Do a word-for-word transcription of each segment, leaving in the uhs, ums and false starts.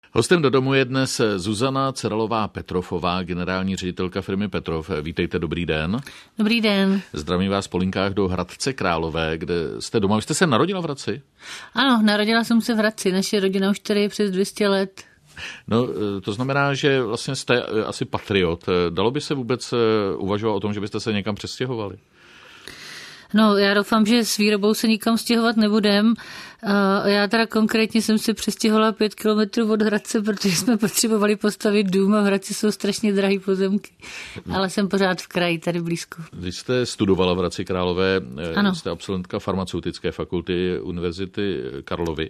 Hostem do domu je dnes Zuzana Ceralová-Petrofová, generální ředitelka firmy Petrov. Vítejte, dobrý den. Dobrý den. Zdravím vás po linkách do Hradce Králové, kde jste doma. Už jste se narodila v Hradci? Ano, narodila jsem se v Hradci. Naše rodina už tady je přes dvě stě let. No, to znamená, že vlastně jste asi patriot. Dalo by se vůbec uvažovat o tom, že byste se někam přestěhovali? No, já doufám, že s výrobou se nikam stěhovat nebudem. Já teda konkrétně jsem se přestěhovala pět kilometrů od Hradce, protože jsme potřebovali postavit dům a v Hradci jsou strašně drahý pozemky. Ale jsem pořád v kraji, tady blízko. Když jste studovala v Hradci Králové, ano. Jste absolventka farmaceutické fakulty Univerzity Karlovy.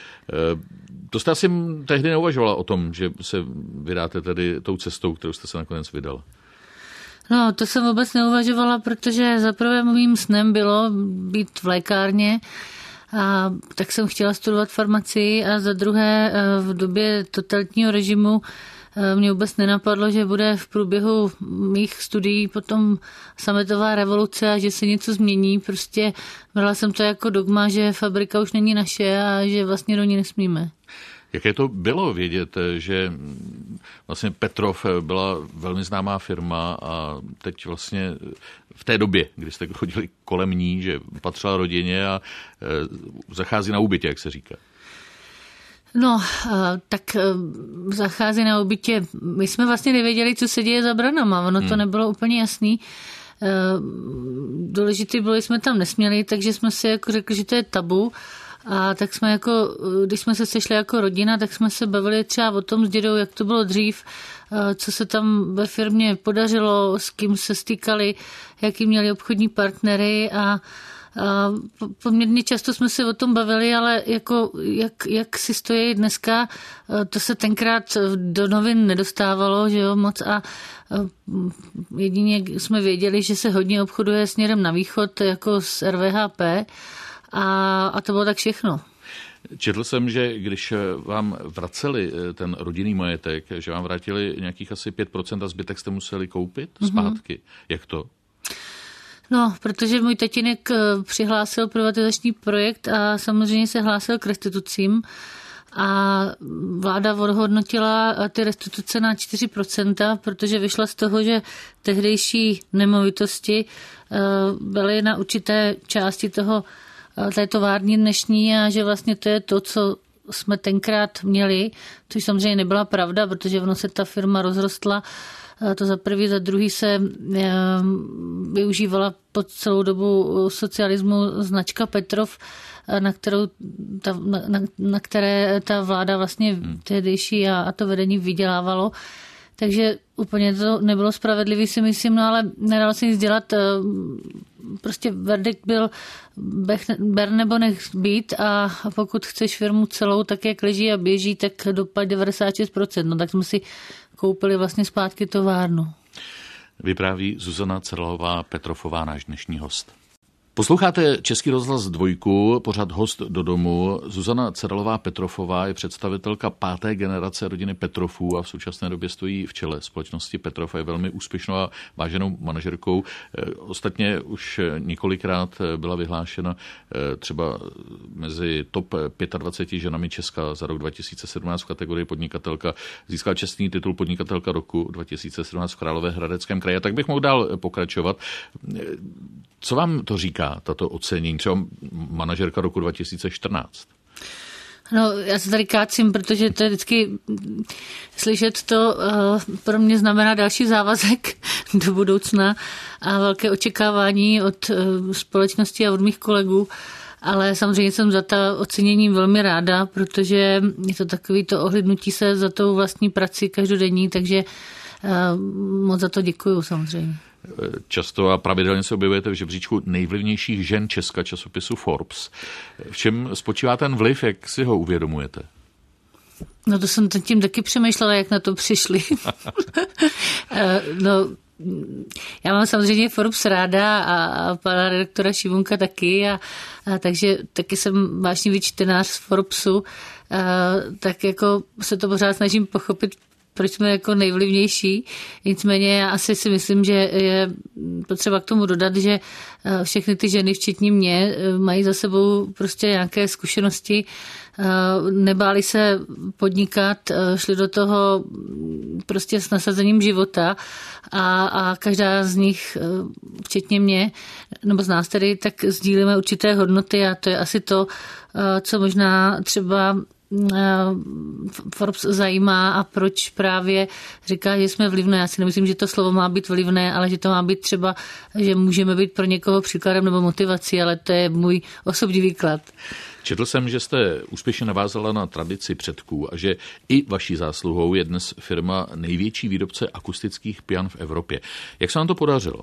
To jste asi tehdy neuvažovala o tom, že se vydáte tedy tou cestou, kterou jste se nakonec vydala? No, to jsem vůbec neuvažovala, protože zaprvé mým snem bylo být v lékárně, a tak jsem chtěla studovat farmacii a za druhé v době totalitního režimu mě vůbec nenapadlo, že bude v průběhu mých studií potom sametová revoluce a že se něco změní. Prostě brala jsem to jako dogma, že fabrika už není naše a že vlastně do ní nesmíme. Jaké to bylo vědět, že vlastně Petrov byla velmi známá firma a teď vlastně v té době, kdy jste chodili kolem ní, že patřila rodině a zachází na úbytě, jak se říká? No, tak zachází na úbytě. My jsme vlastně nevěděli, co se děje za branama. Ono to hmm. nebylo úplně jasný. Důležitý bylo, jsme tam nesměli, takže jsme si jako řekli, že to je tabu. A tak jsme jako, když jsme se sešli jako rodina, tak jsme se bavili třeba o tom s dědou, jak to bylo dřív, co se tam ve firmě podařilo, s kým se stýkali, jaký měli obchodní partnery a A poměrně často jsme se o tom bavili, ale jako, jak, jak si stojí dneska, to se tenkrát do novin nedostávalo, že jo, moc a jedině jsme věděli, že se hodně obchoduje směrem na východ, jako s R V H P a, a to bylo tak všechno. Četl jsem, že když vám vraceli ten rodinný majetek, že vám vrátili nějakých asi pět procent a zbytek jste museli koupit zpátky. Mm-hmm. Jak to? No, protože můj tatínek přihlásil privatizační projekt a samozřejmě se hlásil k restitucím a vláda odhodnotila ty restituce na čtyři procenta, protože vyšla z toho, že tehdejší nemovitosti byly na určité části toho té továrny dnešní a že vlastně to je to, co jsme tenkrát měli, což samozřejmě nebyla pravda, protože ono se ta firma rozrostla. To za prvý, za druhý se využívala po celou dobu socialismu značka Petrov, na, kterou ta, na, na které ta vláda vlastně tehdejší a, a to vedení vydělávalo. Takže úplně to nebylo spravedlivý, si myslím, no ale nedalo se nic dělat. Prostě verdikt byl ber nebo nech být a pokud chceš firmu celou, tak jak leží a běží, tak dopad devadesát šest procent. No tak jsme si koupili vlastně zpátky továrnu. Vypráví Zuzana Ceralová-Petrofová, náš dnešní host. Posloucháte Český rozhlas dvojku, pořad Host do domu. Zuzana Ceralová-Petrofová je představitelka páté generace rodiny Petrovů a v současné době stojí v čele společnosti Petrov a je velmi úspěšnou a váženou manažerkou. Ostatně už několikrát byla vyhlášena třeba mezi top dvacet pět ženami Česka za rok dva tisíce sedmnáct v kategorii podnikatelka. Získala čestný titul podnikatelka roku dva tisíce sedmnáct v Královéhradeckém kraji. A tak bych mohl dál pokračovat. Co vám to říká, tato ocenění, třeba manažerka roku dva tisíce čtrnáct? No, já se tady kácím, protože to je vždycky slyšet to uh, pro mě znamená další závazek do budoucna a velké očekávání od uh, společnosti a od mých kolegů. Ale samozřejmě jsem za ta ocenění velmi ráda, protože je to takový to ohlídnutí se za tou vlastní prací každodenní, takže uh, moc za to děkuju samozřejmě. Často a pravidelně se objevujete v žebříčku nejvlivnějších žen Česka časopisu Forbes. V čem spočívá ten vliv, jak si ho uvědomujete? No to jsem tím taky přemýšlela, jak na to přišli. No, já mám samozřejmě Forbes ráda a, a pana redaktora Šimunka taky, a, a takže taky jsem vášnivý čtenář z Forbesu, a, tak jako se to pořád snažím pochopit, proč jsme jako nejvlivnější. Nicméně já asi si myslím, že je potřeba k tomu dodat, že všechny ty ženy, včetně mě, mají za sebou prostě nějaké zkušenosti, nebáli se podnikat, šli do toho prostě s nasazením života a, a každá z nich, včetně mě, nebo z nás tedy, tak sdílíme určité hodnoty a to je asi to, co možná třeba Forbes zajímá a proč právě říká, že jsme vlivné. Já si nemyslím, že to slovo má být vlivné, ale že to má být třeba, že můžeme být pro někoho příkladem nebo motivací, ale to je můj osobní výklad. Četl jsem, že jste úspěšně navázala na tradici předků a že i vaší zásluhou je dnes firma největší výrobce akustických pian v Evropě. Jak se vám to podařilo?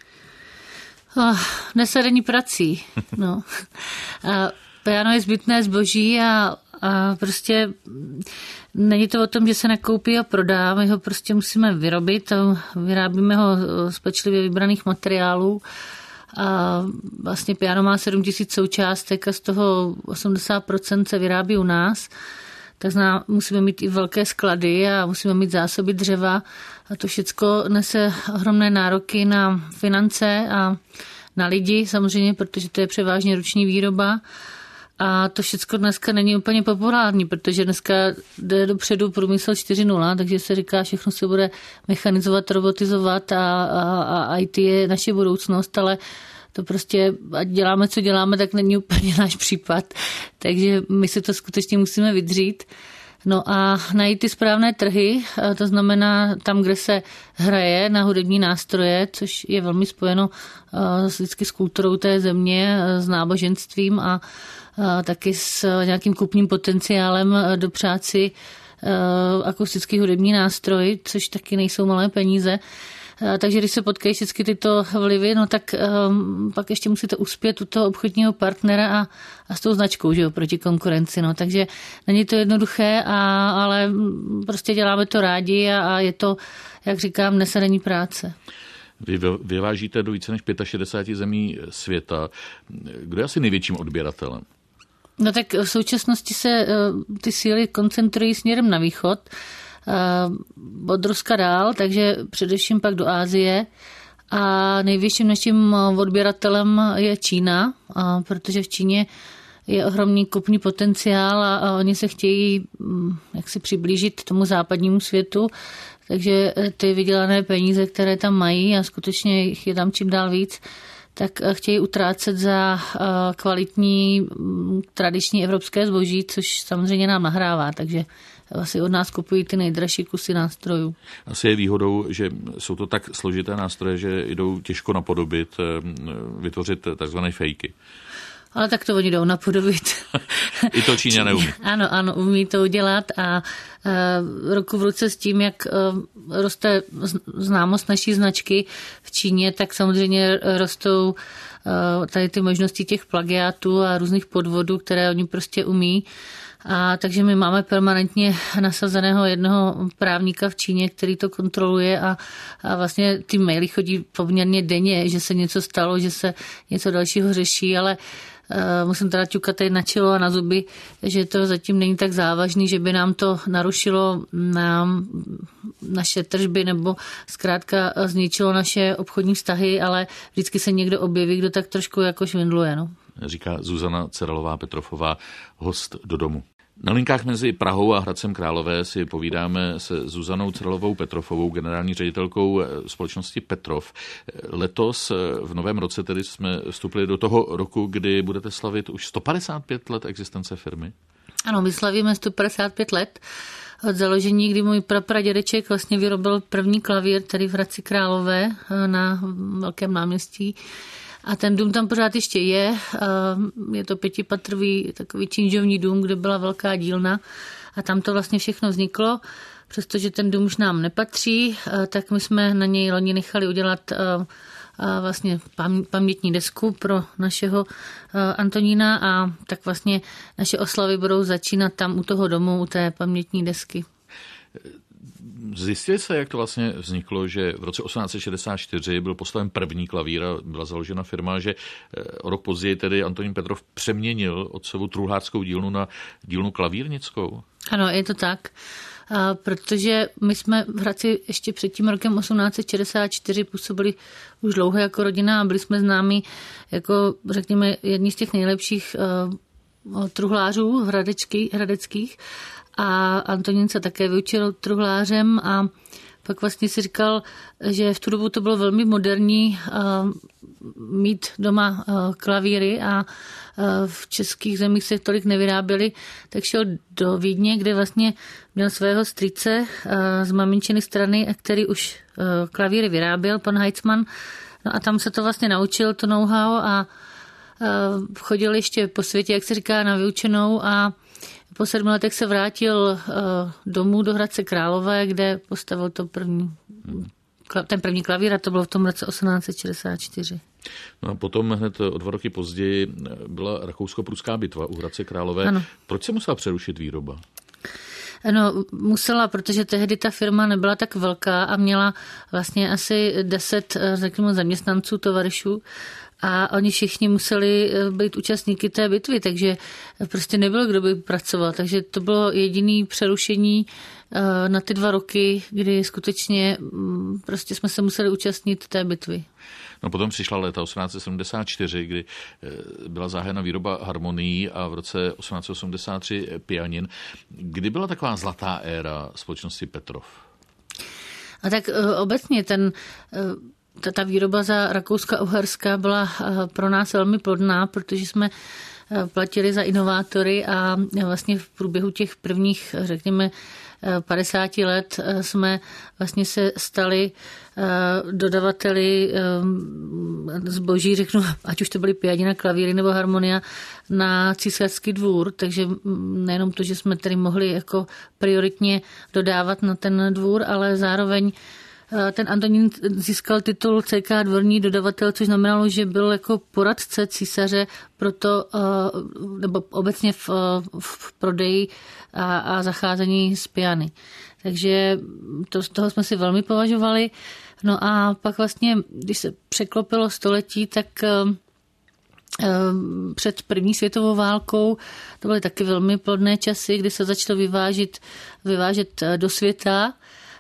Oh, nesedenní prací. No. A piano je zbytné zboží a, a prostě není to o tom, že se nakoupí a prodá. My ho prostě musíme vyrobit a vyrábíme ho z pečlivě vybraných materiálů. A vlastně piano má sedm tisíc součástek a z toho osmdesát procent se vyrábí u nás. Tak zná, musíme mít i velké sklady a musíme mít zásoby dřeva. A to všecko nese ohromné nároky na finance a na lidi samozřejmě, protože to je převážně ruční výroba. A to všecko dneska není úplně populární, protože dneska jde dopředu průmysl čtyři nula, takže se říká, všechno se bude mechanizovat, robotizovat a, a, a í té je naše budoucnost, ale to prostě, ať děláme, co děláme, tak není úplně náš případ. Takže my si to skutečně musíme vydřít. No a najít ty správné trhy, to znamená tam, kde se hraje na hudební nástroje, což je velmi spojeno vždycky s kulturou té země, s náboženstvím a taky s nějakým kupním potenciálem dopřát si akustický hudební nástroj, což taky nejsou malé peníze. Takže když se potkají všechny tyto vlivy, no tak um, pak ještě musíte uspět u toho obchodního partnera a, a s tou značkou, že jo, proti konkurenci. No. Takže není to jednoduché, a, ale prostě děláme to rádi a, a je to, jak říkám, nesedenní práce. Vy vyvážíte do více než šedesáti pěti zemí světa. Kdo je asi největším odběratelem? No tak v současnosti se ty síly koncentrují směrem na východ, od Ruska dál, takže především pak do Asie. A největším naším odběratelem je Čína, protože v Číně je ohromný kupní potenciál a, a oni se chtějí jak si přiblížit tomu západnímu světu, takže ty vydělané peníze, které tam mají, a skutečně jich je tam čím dál víc, tak chtějí utrácet za kvalitní tradiční evropské zboží, což samozřejmě nám nahrává, takže asi od nás kupují ty nejdražší kusy nástrojů. Asi je výhodou, že jsou to tak složité nástroje, že jdou těžko napodobit, vytvořit takzvané fejky. Ale tak to oni jdou napodobit. I to Číňa neumí. Ano, ano, umí to udělat a uh, ruku v ruce s tím, jak uh, roste známost naší značky v Číně, tak samozřejmě rostou uh, tady ty možnosti těch plagiátů a různých podvodů, které oni prostě umí. A takže my máme permanentně nasazeného jednoho právníka v Číně, který to kontroluje a, a vlastně ty maily chodí poměrně denně, že se něco stalo, že se něco dalšího řeší, ale uh, musím teda ťukat tady na čelo a na zuby, že to zatím není tak závažný, že by nám to narušilo nám naše tržby nebo zkrátka zničilo naše obchodní vztahy, ale vždycky se někdo objeví, kdo tak trošku jako švindluje. No. Říká Zuzana Cerelová-Petrofová, host do domu. Na linkách mezi Prahou a Hradcem Králové si povídáme se Zuzanou Cerelovou-Petrofovou, generální ředitelkou společnosti Petrov. Letos v novém roce tedy jsme vstupili do toho roku, kdy budete slavit už sto padesát pět let existence firmy. Ano, my slavíme sto padesát pět let od založení, kdy můj prapradědeček vlastně vyrobil první klavír tady v Hradci Králové na Velkém náměstí. A ten dům tam pořád ještě je. Je to pětipatrový takový činžovní dům, kde byla velká dílna a tam to vlastně všechno vzniklo. Přestože ten dům už nám nepatří, tak my jsme na něj loni nechali udělat vlastně pamětní desku pro našeho Antonína a tak vlastně naše oslavy budou začínat tam u toho domu, u té pamětní desky. Zjistili se, jak to vlastně vzniklo, že v roce osmnáct set šedesát čtyři byl postaven první klavír a byla založena firma, že o rok později tedy Antonín Petrov přeměnil otcovu truhlářskou dílnu na dílnu klavírnickou? Ano, je to tak. a protože my jsme v Hradci ještě před tím rokem osmnáct set šedesát čtyři působili už dlouho jako rodina a byli jsme známí jako, řekněme, jedni z těch nejlepších uh, truhlářů hradeckých, hradeckých a Antonín se také vyučil truhlářem a pak vlastně si říkal, že v tu dobu to bylo velmi moderní uh, mít doma uh, klavíry a uh, v českých zemích se tolik nevyráběly, tak šel do Vídně, kde vlastně měl svého strýce uh, z maminčiny strany, který už uh, klavíry vyráběl, pan Heitzmann. No a tam se to vlastně naučil, to know-how a uh, chodil ještě po světě, jak se říká, na vyučenou a po sedmi letech se vrátil uh, domů do Hradce Králové, kde postavil to první, ten první klavír a to bylo v tom roce osmnáct set šedesát čtyři. No a potom hned o dva roky později byla rakousko-pruská bitva u Hradce Králové. Ano. Proč se musela přerušit výroba? No, musela, protože tehdy ta firma nebyla tak velká a měla vlastně asi deset, řekněme, zaměstnanců, tovaryšů. A oni všichni museli být účastníky té bitvy, takže prostě nebylo, kdo by pracoval. Takže to bylo jediné přerušení na ty dva roky, kdy skutečně prostě jsme se museli účastnit té bitvy. No potom přišla léta osmnáct set sedmdesát čtyři, kdy byla zahájena výroba harmonií a v roce osmnáct set osmdesát tři pianin. Kdy byla taková zlatá éra společnosti Petrov? A tak obecně ten... Ta výroba za Rakouska-Uherska byla pro nás velmi plodná, protože jsme platili za inovátory a vlastně v průběhu těch prvních, řekněme, padesáti let jsme vlastně se stali dodavateli zboží, řeknu, ať už to byly pianina, klavíry nebo harmonia, na císařský dvůr, takže nejenom to, že jsme tedy mohli jako prioritně dodávat na ten dvůr, ale zároveň ten Antonín získal titul C K dvorní dodavatel, což znamenalo, že byl jako poradce císaře proto, nebo obecně v, v prodeji a, a zacházení s piany. Takže to, z toho jsme si velmi považovali. No a pak vlastně, když se překlopilo století, tak před první světovou válkou to byly taky velmi plodné časy, kdy se začalo vyvážet, vyvážet do světa,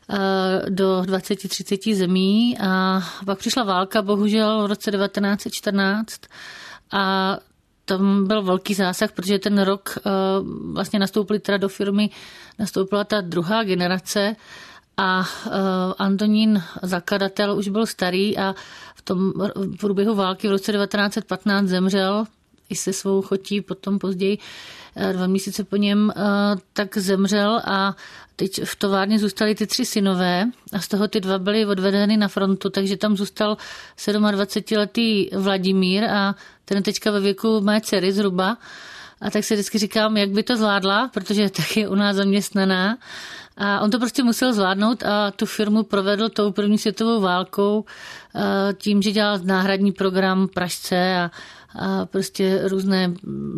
do dvacet třicet zemí a pak přišla válka, bohužel v roce devatenáct set čtrnáct a tam byl velký zásah, protože ten rok vlastně nastoupili teda do firmy, nastoupila ta druhá generace a Antonín, zakladatel, už byl starý a v tom průběhu války v roce devatenáct set patnáct zemřel i se svou chotí, potom později dva měsíce po něm, tak zemřel a teď v továrně zůstali ty tři synové a z toho ty dva byly odvedeny na frontu, takže tam zůstal dvacetisedmiletý Vladimír a ten je teďka ve věku mé dcery zhruba. A tak si vždycky říkám, jak by to zvládla, protože je taky u nás zaměstnaná. A on to prostě musel zvládnout a tu firmu provedl tou první světovou válkou tím, že dělal náhradní program Pražce a, a prostě různé,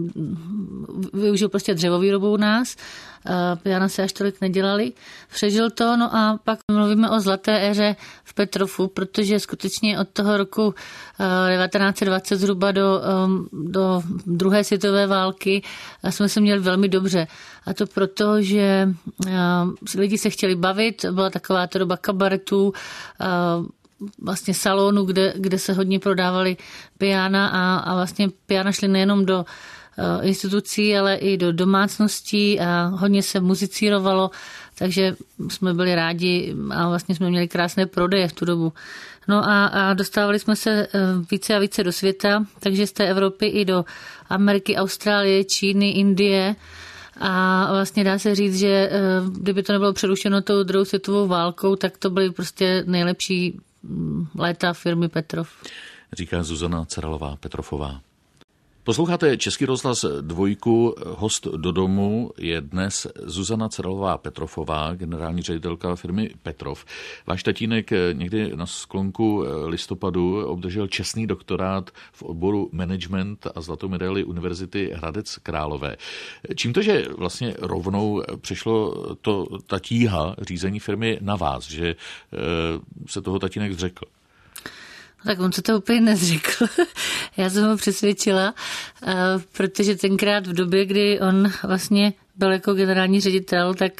využil prostě dřevovýrobu u nás. Piana se až tolik nedělali. Přežil to, no a pak mluvíme o zlaté éře v Petrovu, protože skutečně od toho roku devatenáct set dvacet zhruba do, do druhé světové války jsme se měli velmi dobře. A to proto, že lidi se chtěli bavit, byla taková ta doba kabaretů, vlastně salonu, kde, kde se hodně prodávaly piana a, a vlastně piana šly nejenom do institucí, ale i do domácností a hodně se muzicírovalo, takže jsme byli rádi a vlastně jsme měli krásné prodeje v tu dobu. No a, a dostávali jsme se více a více do světa, takže z té Evropy i do Ameriky, Austrálie, Číny, Indie a vlastně dá se říct, že kdyby to nebylo přerušeno tou druhou světovou válkou, tak to byly prostě nejlepší léta firmy Petrov. Říká Zuzana Ceralová Petrofová. Posloucháte Český rozhlas dvojku. Host do domu je dnes Zuzana Ceralová Petrofová, generální ředitelka firmy Petrov. Váš tatínek někdy na sklonku listopadu obdržel čestný doktorát v oboru management a zlatou medaili Univerzity Hradec Králové. Čím to, že vlastně rovnou přešlo to, ta tíha řízení firmy na vás, že se toho tatínek zřekl? Tak on se to úplně nezřekl. Já jsem ho přesvědčila, protože tenkrát v době, kdy on vlastně byl jako generální ředitel, tak,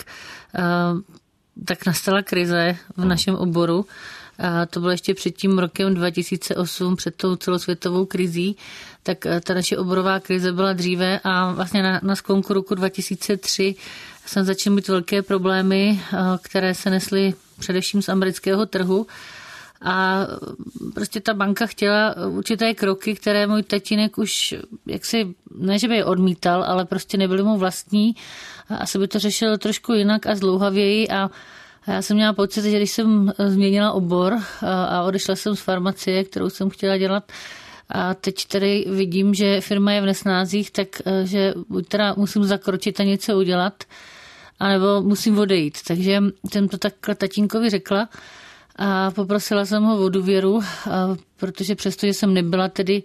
tak nastala krize v našem oboru. A to bylo ještě před tím rokem dva tisíce osm, před tou celosvětovou krizí, tak ta naše oborová krize byla dříve a vlastně na, na sklonku roku dva tisíce tři jsem začal mít velké problémy, které se nesly především z amerického trhu. A prostě ta banka chtěla určité kroky, které můj tatínek už jaksi, ne že by je odmítal, ale prostě nebyly mu vlastní. A asi by to řešil trošku jinak a zdlouhavěji. A já jsem měla pocit, že když jsem změnila obor a odešla jsem z farmacie, kterou jsem chtěla dělat, a teď tady vidím, že firma je v nesnázích, takže buď teda musím zakročit a něco udělat, anebo musím odejít. Takže jsem to takhle tatínkovi řekla a poprosila jsem ho o důvěru, protože přesto, že jsem nebyla tedy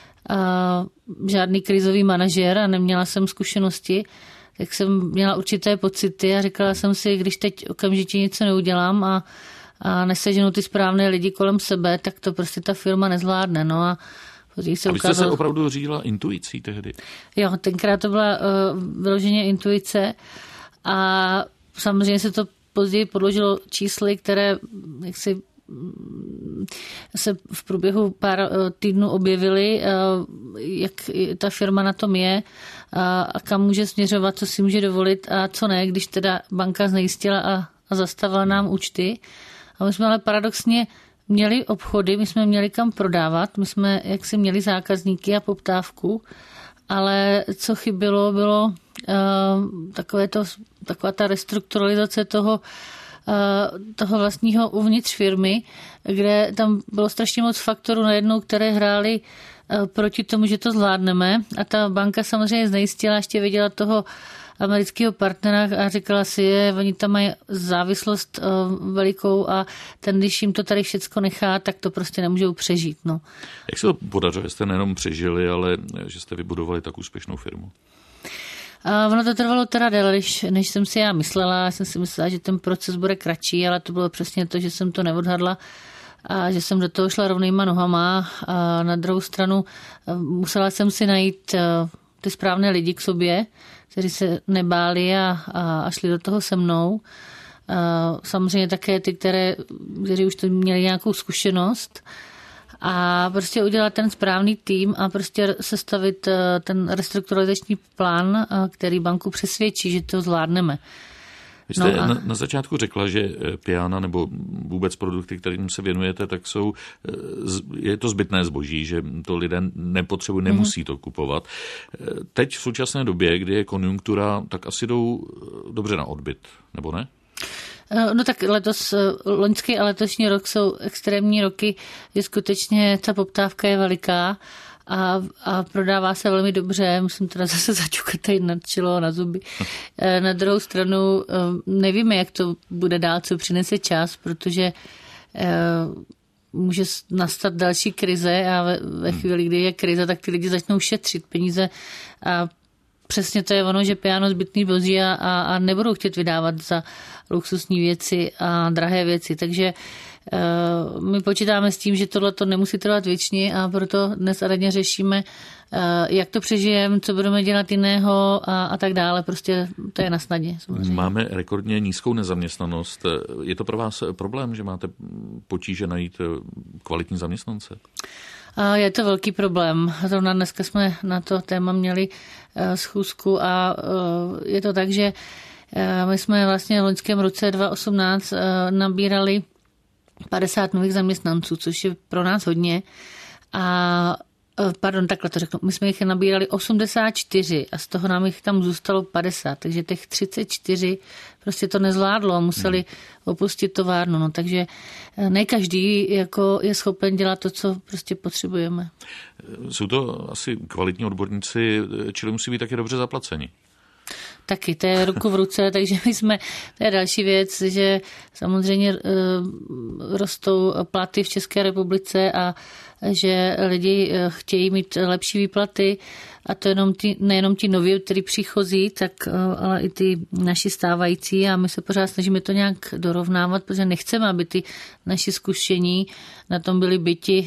žádný krizový manažér a neměla jsem zkušenosti, tak jsem měla určité pocity a říkala jsem si, když teď okamžitě něco neudělám a, a neseženu ty správné lidi kolem sebe, tak to prostě ta firma nezvládne. No a později se ukázalo... A vy jste se opravdu řídila intuicí tehdy? Jo, tenkrát to byla uh, vyloženě intuice a samozřejmě se to později podložilo čísly, které jaksi se v průběhu pár týdnů objevily, jak ta firma na tom je a kam může směřovat, co si může dovolit a co ne, když teda banka znejistila a, a zastavila nám účty. A my jsme ale paradoxně měli obchody, my jsme měli kam prodávat, my jsme jaksi měli zákazníky a poptávku, ale co chybělo, bylo uh, takové to, taková ta restrukturalizace toho toho vlastního uvnitř firmy, kde tam bylo strašně moc faktorů najednou, které hrály proti tomu, že to zvládneme. A ta banka samozřejmě znejistila, ještě viděla toho amerického partnera a říkala si, je, oni tam mají závislost velikou a ten, když jim to tady všecko nechá, tak to prostě nemůžou přežít. No. Jak se to podařilo, že jste nejenom přežili, ale že jste vybudovali tak úspěšnou firmu? A ono to trvalo teda déle, než, než jsem si já myslela. Já jsem si myslela, že ten proces bude kratší, ale to bylo přesně to, že jsem to neodhadla a že jsem do toho šla rovnýma nohama. A na druhou stranu musela jsem si najít ty správné lidi k sobě, kteří se nebáli a, a, a šli do toho se mnou. A samozřejmě také ty, které, kteří už to měli nějakou zkušenost. A prostě udělat ten správný tým a prostě sestavit ten restrukturalizační plán, který banku přesvědčí, že to zvládneme. Vy jste no a... na, na začátku řekla, že piana nebo vůbec produkty, kterým se věnujete, tak jsou, je to zbytné zboží, že to lidé nepotřebují, nemusí mm-hmm. to kupovat. Teď v současné době, kdy je konjunktura, tak asi jdou dobře na odbyt, nebo ne? No tak letos, loňský a letošní rok jsou extrémní roky, že skutečně ta poptávka je veliká a, a prodává se velmi dobře. Musím teda zase začukat tady na čelo a na zuby. Na druhou stranu nevíme, jak to bude dál, co přinese čas, protože může nastat další krize a ve, ve chvíli, kdy je krize, tak ty lidi začnou šetřit peníze a přesně to je ono, že piano zbytný vozí a, a, a nebudou chtět vydávat za luxusní věci a drahé věci. Takže uh, my počítáme s tím, že tohle to nemusí trvat věčně a proto dnes a denně řešíme, uh, jak to přežijeme, co budeme dělat jiného a, a tak dále. Prostě to je na snadě. Samozřejmě. Máme rekordně nízkou nezaměstnanost. Je to pro vás problém, že máte potíže najít kvalitní zaměstnance? Je to velký problém. Zrovna dneska jsme na to téma měli schůzku a je to tak, že my jsme vlastně v loňském roce dva tisíce osmnáct nabírali padesát nových zaměstnanců, což je pro nás hodně. A pardon, takhle to řeknu. My jsme jich nabírali osmdesát čtyři a z toho nám jich tam zůstalo padesát, takže těch třicet čtyři prostě to nezvládlo a museli opustit továrnu. No, takže ne každý jako je schopen dělat to, co prostě potřebujeme. Jsou to asi kvalitní odborníci, čili musí být taky dobře zaplaceni. Taky, to je ruku v ruce, takže my jsme, to je další věc, že samozřejmě rostou platy v České republice a že lidi chtějí mít lepší výplaty a to jenom ty, nejenom ti noví, kteří přichozí, tak ale i ty naši stávající a my se pořád snažíme to nějak dorovnávat, protože nechceme, aby ty naši zkušení na tom byli byti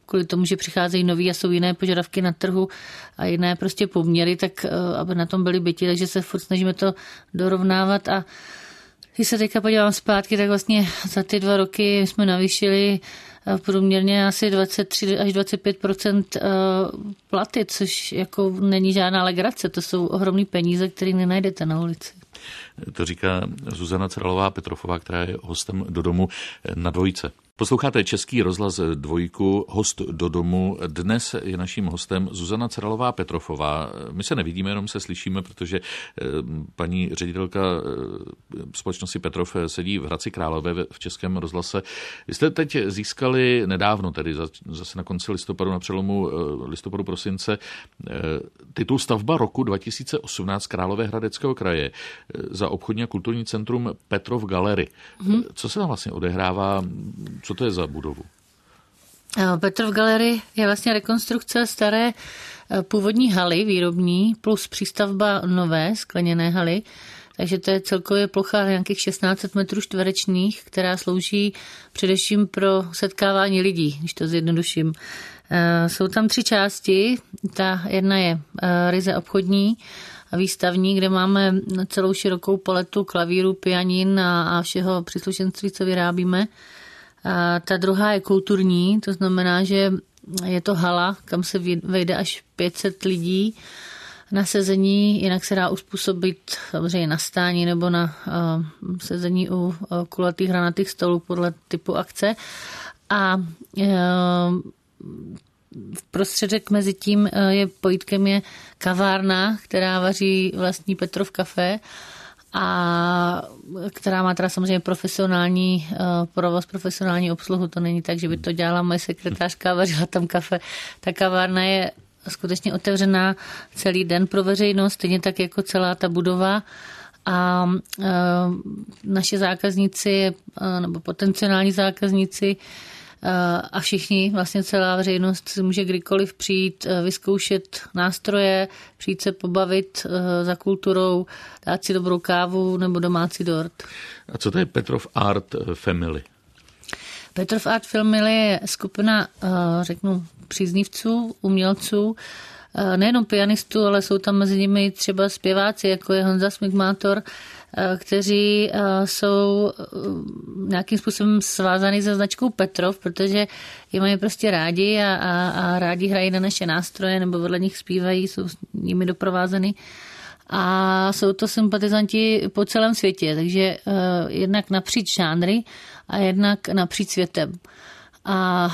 kvůli tomu, že přicházejí noví a jsou jiné požadavky na trhu a jiné prostě poměry, tak aby na tom byli byti, takže se furt snažíme to dorovnávat. A když se teďka podívám zpátky, tak vlastně za ty dva roky jsme navýšili průměrně asi dvacet tři až dvacet pět procent platy, což jako není žádná legrace, to jsou ohromný peníze, které nenajdete na ulici. To říká Zuzana Ceralová Petrofová, která je hostem Do domu na Dvojce. Posloucháte Český rozhlas Dvojku, host Do domu. Dnes je naším hostem Zuzana Ceralová Petrofová. My se nevidíme, jenom se slyšíme, protože paní ředitelka společnosti Petrov sedí v Hradci Králové v Českém rozhlase. Vy jste teď získali nedávno, tedy zase na konci listopadu, na přelomu listopadu prosince, titul Stavba roku dva tisíce osmnáct Královéhradeckého kraje za obchodní a kulturní centrum Petrov Gallery. Hmm. Co se tam vlastně odehrává? Co to je za budovu? Petrov Gallery je vlastně rekonstrukce staré původní haly výrobní plus přístavba nové skleněné haly. Takže to je celkově plocha nějakých šestnáct set metrů čtverečních, která slouží především pro setkávání lidí, když to zjednoduším. Jsou tam tři části. Ta jedna je ryze obchodní a výstavní, kde máme celou širokou paletu klavíru, pianin a všeho příslušenství, co vyrábíme. A ta druhá je kulturní, to znamená, že je to hala, kam se vejde až pět set lidí na sezení, jinak se dá uspůsobit samozřejmě na stání nebo na uh, sezení u uh, kulatých hranatých stolů podle typu akce. A uh, v prostředek mezi tím uh, je pojítkem je kavárna, která vaří vlastní Petrov kafe, a která má teda samozřejmě profesionální uh, provoz, profesionální obsluhu. To není tak, že by to dělala moje sekretářka a vařila tam kafe. Ta kavárna je skutečně otevřená celý den pro veřejnost, stejně tak jako celá ta budova. A uh, naši zákazníci uh, nebo potenciální zákazníci uh, a všichni, vlastně celá veřejnost si může kdykoliv přijít, uh, vyzkoušet nástroje, přijít se pobavit uh, za kulturou, dát si dobrou kávu nebo domácí dort. A co to je Petrov Art Family? Petrov Art Family je skupina, uh, řeknu, příznivců, umělců, nejenom pianistů, ale jsou tam mezi nimi třeba zpěváci, jako je Honza Smigmátor, kteří jsou nějakým způsobem svázaný se značkou Petrov, protože je mají prostě rádi a, a, a rádi hrají na naše nástroje nebo vedle nich zpívají, jsou s nimi doprovázeny. A jsou to sympatizanti po celém světě, takže uh, jednak napříč žánry a jednak napříč světem. A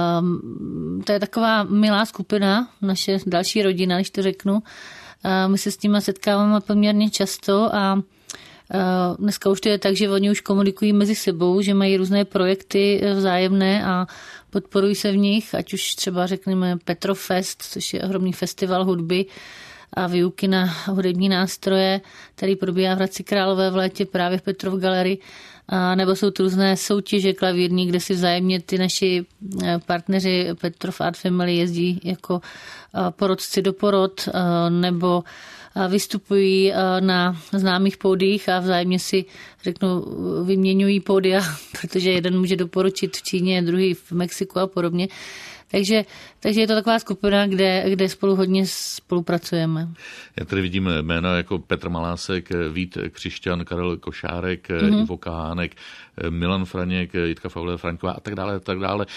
um, to je taková milá skupina, naše další rodina, když to řeknu. Uh, my se s nimi setkáváme poměrně často a uh, dneska už to je tak, že oni už komunikují mezi sebou, že mají různé projekty vzájemné a podporují se v nich, ať už třeba řekneme Petrov Fest, což je ohromný festival hudby a výuky na hudební nástroje, který probíhá v Hradci Králové v létě právě v Petrov Gallery. A nebo jsou tu různé soutěže klavírní, kde si vzájemně ty naši partneři Petrov Art Family jezdí jako porodci do porod nebo vystupují na známých pódiích a vzájemně si, řeknu, vyměňují pódia, protože jeden může doporučit v Číně, druhý v Mexiku a podobně. Takže, takže je to taková skupina, kde, kde spolu hodně spolupracujeme. Já tady vidím jména jako Petr Malásek, Vít Křišťan, Karel Košárek, mm-hmm. Ivo Kahánek, Milan Franěk, Jitka Fauler, Franková a tak dále, a tak dále.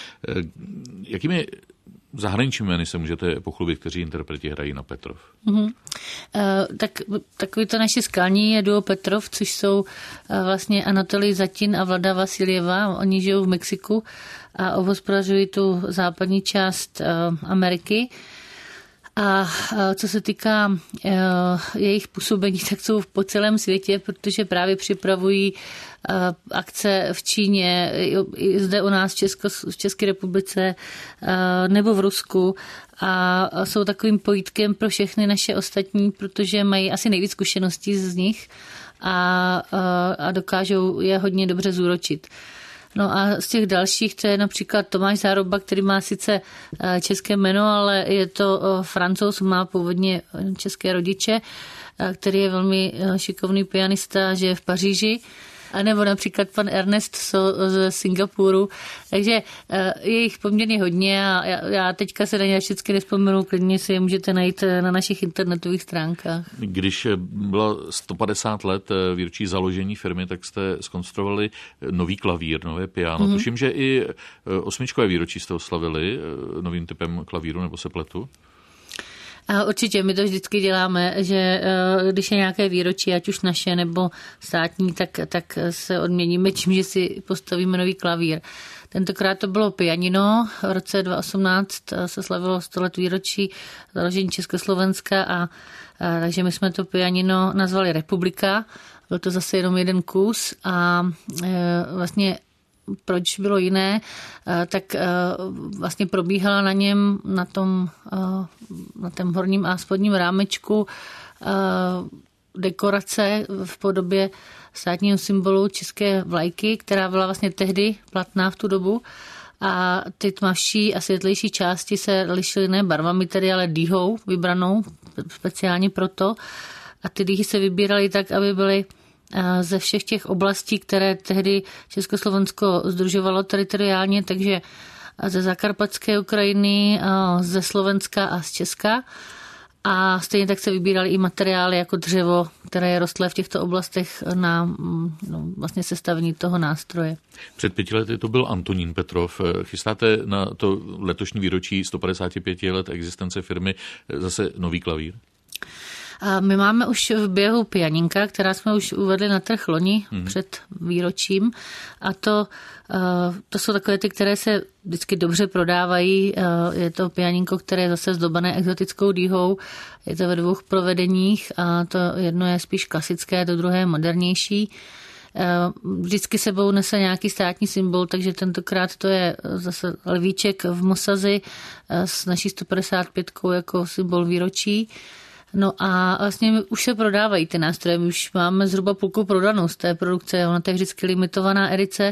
Jakými zahraničními jmény se můžete pochlubit, kteří interpreti hrají na Petrov? Mm-hmm. Uh, tak, takový to naši skalní je duo Petrov, což jsou uh, vlastně Anatolij Zatin a Vlada Vasiljeva. Oni žijou v Mexiku a obhospodařují tu západní část uh, Ameriky. A uh, co se týká uh, jejich působení, tak jsou po celém světě, protože právě připravují uh, akce v Číně, i zde u nás v, Česko, v České republice uh, nebo v Rusku. A jsou takovým pojítkem pro všechny naše ostatní, protože mají asi nejvíc zkušeností z nich a, a dokážou je hodně dobře zúročit. No a z těch dalších, to je například Tomáš Zároba, který má sice české jméno, ale je to Francouz, má původně české rodiče, který je velmi šikovný pianista, žije v Paříži. A nebo například pan Ernest So z Singapuru. Takže je jich poměrně hodně a já teďka se na ně všichni nespomenu, klidně si je můžete najít na našich internetových stránkách. Když bylo sto padesát let výročí založení firmy, tak jste zkonstruovali nový klavír, nové piano. Mm-hmm. Tuším, že i osmičkové výročí jste oslavili novým typem klavíru, nebo se pletu? A určitě, my to vždycky děláme, že když je nějaké výročí, ať už naše nebo státní, tak, tak se odměníme tím, že si postavíme nový klavír. Tentokrát to bylo pianino, v roce dva tisíce osmnáct se slavilo sto let výročí založení Československa a, a takže my jsme to pianino nazvali Republika. Byl to zase jenom jeden kus a e, vlastně proč bylo jiné, tak vlastně probíhala na něm, na tom, na tom horním a spodním rámečku dekorace v podobě státního symbolu české vlajky, která byla vlastně tehdy platná v tu dobu. A ty tmavší a světlejší části se lišily ne barvami tedy, ale dýhou vybranou speciálně proto. A ty dýhy se vybíraly tak, aby byly ze všech těch oblastí, které tehdy Československo sdružovalo teritoriálně, takže ze Zakarpatské Ukrajiny, ze Slovenska a z Česka. A stejně tak se vybíraly i materiály jako dřevo, které je rostlé v těchto oblastech na no, vlastně sestavení toho nástroje. Před pěti lety to byl Antonín Petrov. Chystáte na to letošní výročí sto padesát pět let existence firmy zase nový klavír? A my máme už v běhu pianinka, která jsme už uvedli na trh loni hmm. před výročím. A to, to jsou takové ty, které se vždycky dobře prodávají. Je to pianinko, které je zase zdobené exotickou dýhou. Je to ve dvou provedeních a to jedno je spíš klasické, to druhé je modernější. Vždycky sebou nese nějaký státní symbol, takže tentokrát to je zase lvíček v mosazi s naší sto padesát pět jako symbol výročí. No a vlastně už se prodávají ty nástroje, my už máme zhruba půlku prodanou z té produkce, ona to je vždycky limitovaná edice,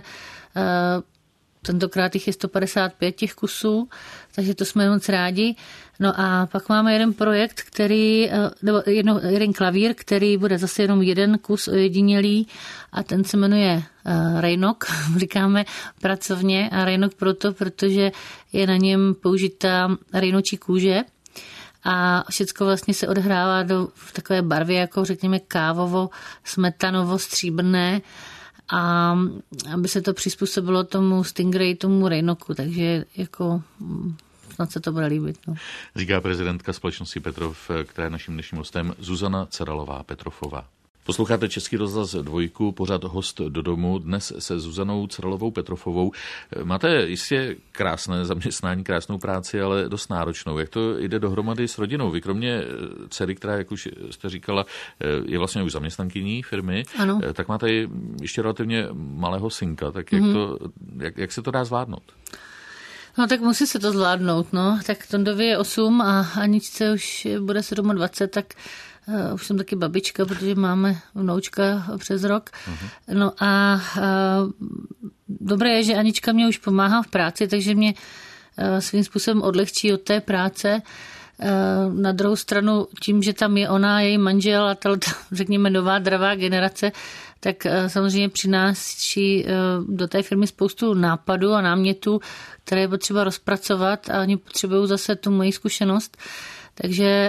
tentokrát jich je sto padesát pět těch kusů, takže to jsme moc rádi. No a pak máme jeden projekt, který, nebo jedno, jeden klavír, který bude zase jenom jeden kus ojedinělý a ten se jmenuje Rejnok, říkáme pracovně a Rejnok proto, protože je na něm použitá rejnočí kůže. A všecko vlastně se odhrává do, v takové barvě, jako řekněme kávovo, smetanovo, stříbrné a aby se to přizpůsobilo tomu Stingray, tomu Rejnoku, takže jako snad se to bude líbit. No. Říká prezidentka společnosti Petrov, která je naším dnešním hostem, Zuzana Ceralová-Petrofová. Posloucháte Český rozhlas dvojku, pořad Host do domu, dnes se Zuzanou Ceralovou-Petrofovou. Máte jistě krásné zaměstnání, krásnou práci, ale dost náročnou. Jak to jde dohromady s rodinou? Vy kromě dcery, která, jak už jste říkala, je vlastně už zaměstnankyní firmy, ano. Tak máte ještě relativně malého synka. Tak jak, mm-hmm. to, jak, jak se to dá zvládnout? No tak musí se to zvládnout, no. Tak Tondovi je osm a Aničce už bude dvacet sedm, tak Uh, už jsem taky babička, protože máme vnoučka přes rok. Uh-huh. No a uh, dobré je, že Anička mě už pomáhá v práci, takže mě uh, svým způsobem odlehčí od té práce. Uh, na druhou stranu tím, že tam je ona, její manžel a ta, řekněme, nová dravá generace, tak uh, samozřejmě přináší uh, do té firmy spoustu nápadů a námětů, které je potřeba rozpracovat a oni potřebují zase tu moji zkušenost. Takže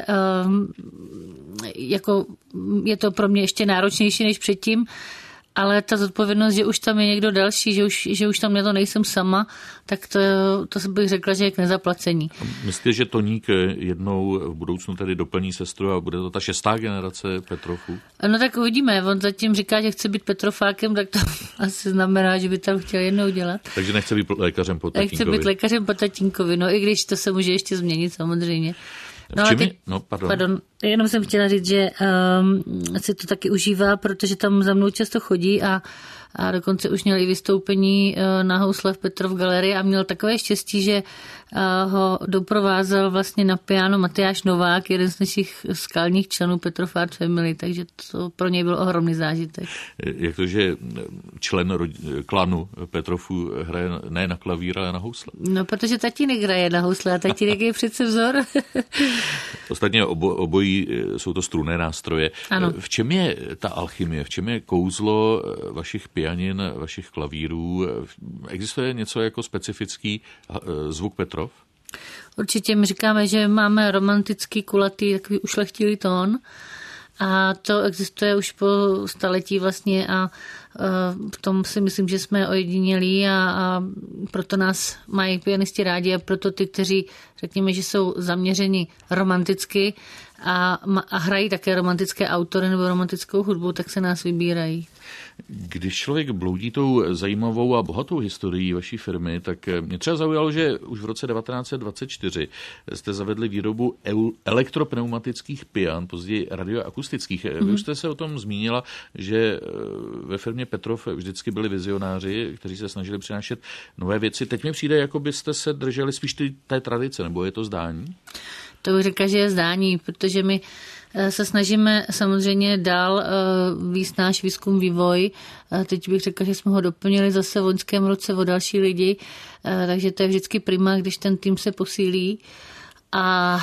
jako je to pro mě ještě náročnější než předtím, ale ta zodpovědnost, že už tam je někdo další, že už, že už tam já to nejsem sama, tak to, to bych řekla, že je k nezaplacení. Myslíte, že Toník jednou v budoucnu tedy doplní sestru a bude to ta šestá generace Petrofů? No tak uvidíme. On zatím říká, že chce být Petrofákem, tak to asi znamená, že by tam chtěl jednou dělat. Takže nechce být lékařem po tatínkovi. Nechce být lékařem po tatínkovi, no i když to se může ještě změnit samozřejmě. No, v čem je? No, pardon. pardon. Jenom jsem chtěla říct, že um, si to taky užívá, protože tam za mnou často chodí a, a dokonce už měl i vystoupení uh, na housle v Petrov galerii a měl takové štěstí, že ho doprovázel vlastně na piano Matyáš Novák, jeden z našich skalních členů Petrov Art Family, takže to pro něj byl ohromný zážitek. Jak to, že člen rodi- klanu Petrovů hraje ne na klavír, ale na housle? No, protože tatínek hraje na housle a tatínek je přece vzor. Ostatně obo, obojí jsou to strunné nástroje. Ano. V čem je ta alchymie, v čem je kouzlo vašich pianin, vašich klavírů? Existuje něco jako specifický zvuk Petrov? Určitě my říkáme, že máme romantický, kulatý, takový ušlechtilý tón a to existuje už po staletí vlastně a v tom si myslím, že jsme ojedinělí a, a proto nás mají pianisti rádi a proto ty, kteří řekněme, že jsou zaměřeni romanticky a, a hrají také romantické autory nebo romantickou hudbu, tak se nás vybírají. Když člověk bloudí tou zajímavou a bohatou historií vaší firmy, tak mě třeba zaujalo, že už v roce devatenáct set dvacet čtyři jste zavedli výrobu elektropneumatických pian, později radioakustických. Mm-hmm. Vy už jste se o tom zmínila, že ve firmě Petrov vždycky byli vizionáři, kteří se snažili přinášet nové věci. Teď mi přijde, jako byste se drželi spíš té tradice, nebo je to zdání? To bych řekla, že je zdání, protože my se snažíme samozřejmě dál víc náš výzkum, vývoj. Teď bych řekla, že jsme ho doplnili zase v loňském roce o další lidi, takže to je vždycky prima, když ten tým se posílí. A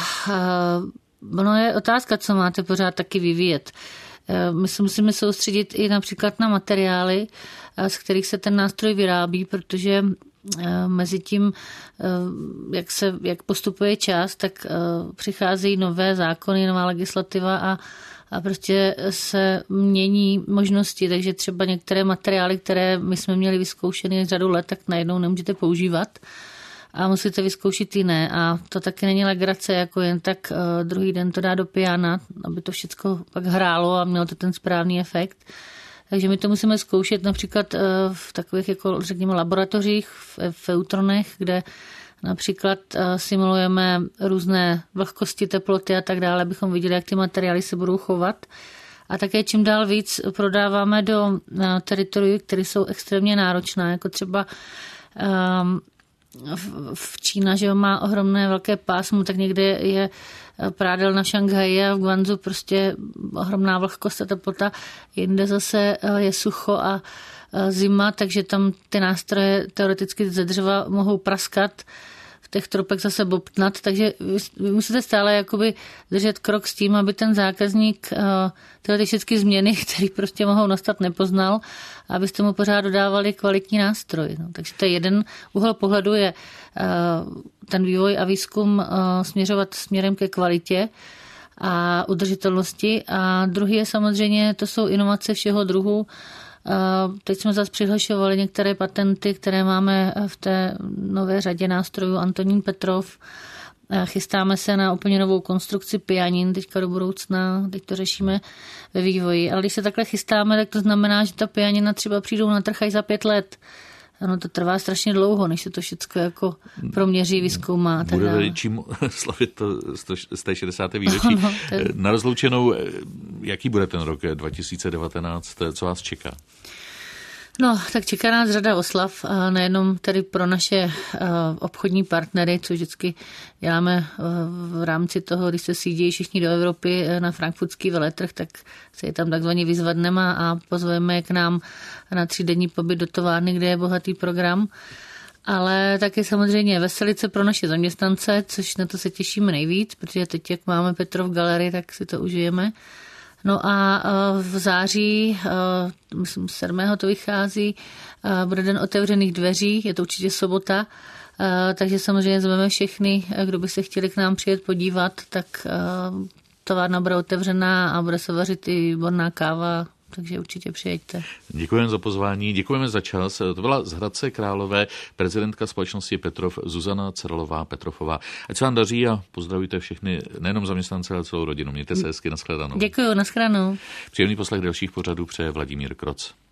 ono je otázka, co máte pořád taky vyvíjet. My se musíme soustředit i například na materiály, z kterých se ten nástroj vyrábí, protože mezi tím, jak, se, jak postupuje čas, tak přicházejí nové zákony, nová legislativa a, a prostě se mění možnosti, takže třeba některé materiály, které my jsme měli vyzkoušeny řadu let, tak najednou nemůžete používat a musíte vyzkoušet jiné a to taky není legrace, jako jen tak druhý den to dá do piana, aby to všechno pak hrálo a mělo to ten správný efekt. Takže my to musíme zkoušet například v takových, jako řekněme, laboratořích, v feutronech, kde například simulujeme různé vlhkosti, teploty a tak dále, abychom viděli, jak ty materiály se budou chovat. A také čím dál víc prodáváme do teritorií, které jsou extrémně náročná, jako třeba um, v Čína, že má ohromné velké pásmo, tak někde je prádel na Šanghaji a v Guangzhou prostě ohromná vlhkost a teplota. Jinde zase je sucho a zima, takže tam ty nástroje teoreticky ze dřeva mohou praskat, v těch tropech zase bobtnat, takže vy musíte stále jakoby držet krok s tím, aby ten zákazník tyhle ty všechny změny, které prostě mohou nastat, nepoznal, abyste mu pořád dodávali kvalitní nástroj. No, takže to je jeden úhel pohledu, je ten vývoj a výzkum směřovat směrem ke kvalitě a udržitelnosti. A druhý je samozřejmě, to jsou inovace všeho druhu. Teď jsme zase přihlašovali některé patenty, které máme v té nové řadě nástrojů Antonín Petrov. Chystáme se na úplně novou konstrukci pianin teďka do budoucna, teď to řešíme ve vývoji. Ale když se takhle chystáme, tak to znamená, že ta pianina třeba přijdou na trh až za pět let. Ano, to trvá strašně dlouho, než se to všechno jako proměří, vyzkoumá. Bude čím slavit to z té šedesáté výročí. No, je... Na rozloučenou, jaký bude ten rok dva tisíce devatenáct, co vás čeká? No, tak čeká nás řada oslav, nejenom tedy pro naše obchodní partnery, co vždycky děláme v rámci toho, když se sídějí všichni do Evropy na frankfurtský veletrh, tak se je tam takzvaně vyzvedneme a pozveme je k nám na třídenní pobyt do továrny, kde je bohatý program. Ale taky samozřejmě veselice pro naše zaměstnance, což na to se těšíme nejvíc, protože teď, jak máme Petrov galerii, tak si to užijeme. No a v září, myslím sedmého to vychází, bude den otevřených dveří, je to určitě sobota, takže samozřejmě zveme všechny, kdo by se chtěli k nám přijet podívat, tak továrna bude otevřená a bude se vařit i výborná káva, takže určitě přijeďte. Děkujeme za pozvání, děkujeme za čas. To byla z Hradce Králové prezidentka společnosti Petrov Zuzana Cerelová Petrofová. Ať se vám daří a pozdravujte všechny, nejenom zaměstnance, ale celou rodinu. Mějte se hezky, nashledanou. Děkuju, nashledanou. Příjemný poslech dalších pořadů přeje Vladimír Kroc.